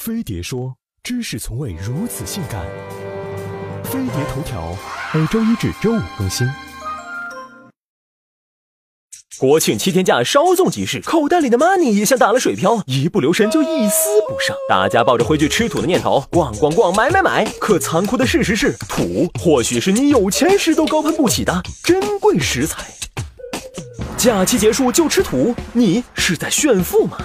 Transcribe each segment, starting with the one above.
飞碟说，知识从未如此性感。飞碟头条每周一至周五更新。国庆7天假稍纵即逝，口袋里的 money 也像打了水漂，一不留神就一丝不剩。大家抱着回去吃土的念头，逛逛逛，买买买。可残酷的事实是，土或许是你有钱时都高攀不起的珍贵食材。假期结束就吃土，你是在炫富吗？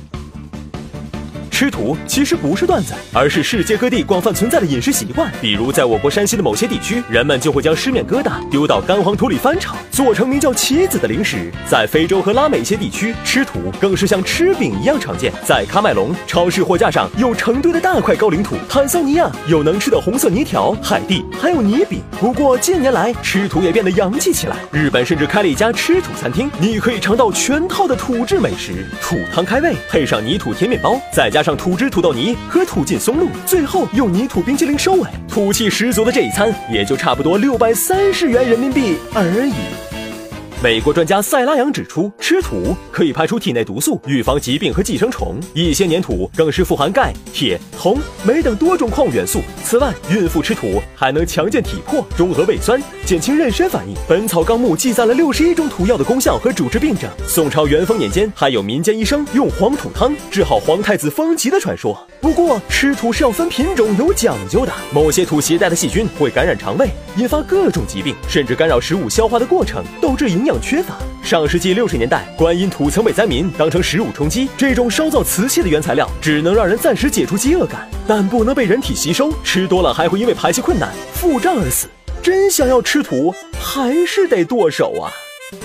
吃土其实不是段子，而是世界各地广泛存在的饮食习惯。比如在我国山西的某些地区，人们就会将湿面疙瘩丢到干黄土里翻炒，做成名叫棋子的零食。在非洲和拉美一些地区，吃土更是像吃饼一样常见。在喀麦隆，超市货架上有成堆的大块高岭土；坦桑尼亚有能吃的红色泥条；海地还有泥饼。不过近年来，吃土也变得洋气起来。日本甚至开了一家吃土餐厅，你可以尝到全套的土质美食，土汤开胃，配上泥土甜面包，再加上土汁土豆泥和土劲松露，最后用泥土冰淇淋收尾，土气十足的这一餐也就差不多630元人民币而已。美国专家塞拉扬指出，吃土可以排出体内毒素，预防疾病和寄生虫。一些粘土更是富含钙、铁、铜、镁等多种矿物元素。此外，孕妇吃土还能强健体魄，中和胃酸，减轻妊娠反应。本草纲目记载了61种土药的功效和主治病症。宋朝元丰年间，还有民间医生用黄土汤治好皇太子风疾的传说。不过，吃土是要分品种，有讲究的。某些土携带的细菌会感染肠胃，引发各种疾病，甚至干扰食物消化的过程，导致营养缺乏。上世纪60年代，观音土曾被灾民当成食物充饥。这种烧造瓷器的原材料只能让人暂时解除饥饿感，但不能被人体吸收，吃多了还会因为排泄困难、腹胀而死。真想要吃土，还是得剁手啊！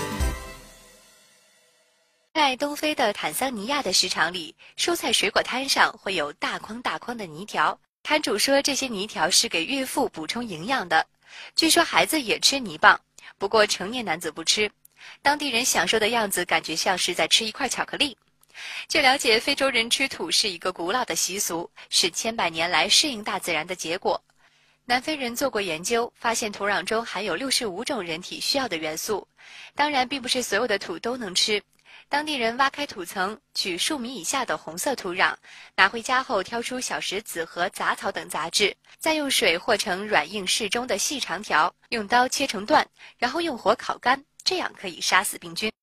在东非的坦桑尼亚的市场里，蔬菜水果摊上会有大筐大筐的泥条。摊主说，这些泥条是给孕妇补充营养的。据说孩子也吃泥棒，不过成年男子不吃。当地人享受的样子，感觉像是在吃一块巧克力。据了解，非洲人吃土是一个古老的习俗，是千百年来适应大自然的结果。南非人做过研究，发现土壤中含有65种人体需要的元素。当然，并不是所有的土都能吃。当地人挖开土层，取数米以下的红色土壤，拿回家后挑出小石子和杂草等杂质，再用水和成软硬适中的细长条，用刀切成段，然后用火烤干，这样可以杀死病菌。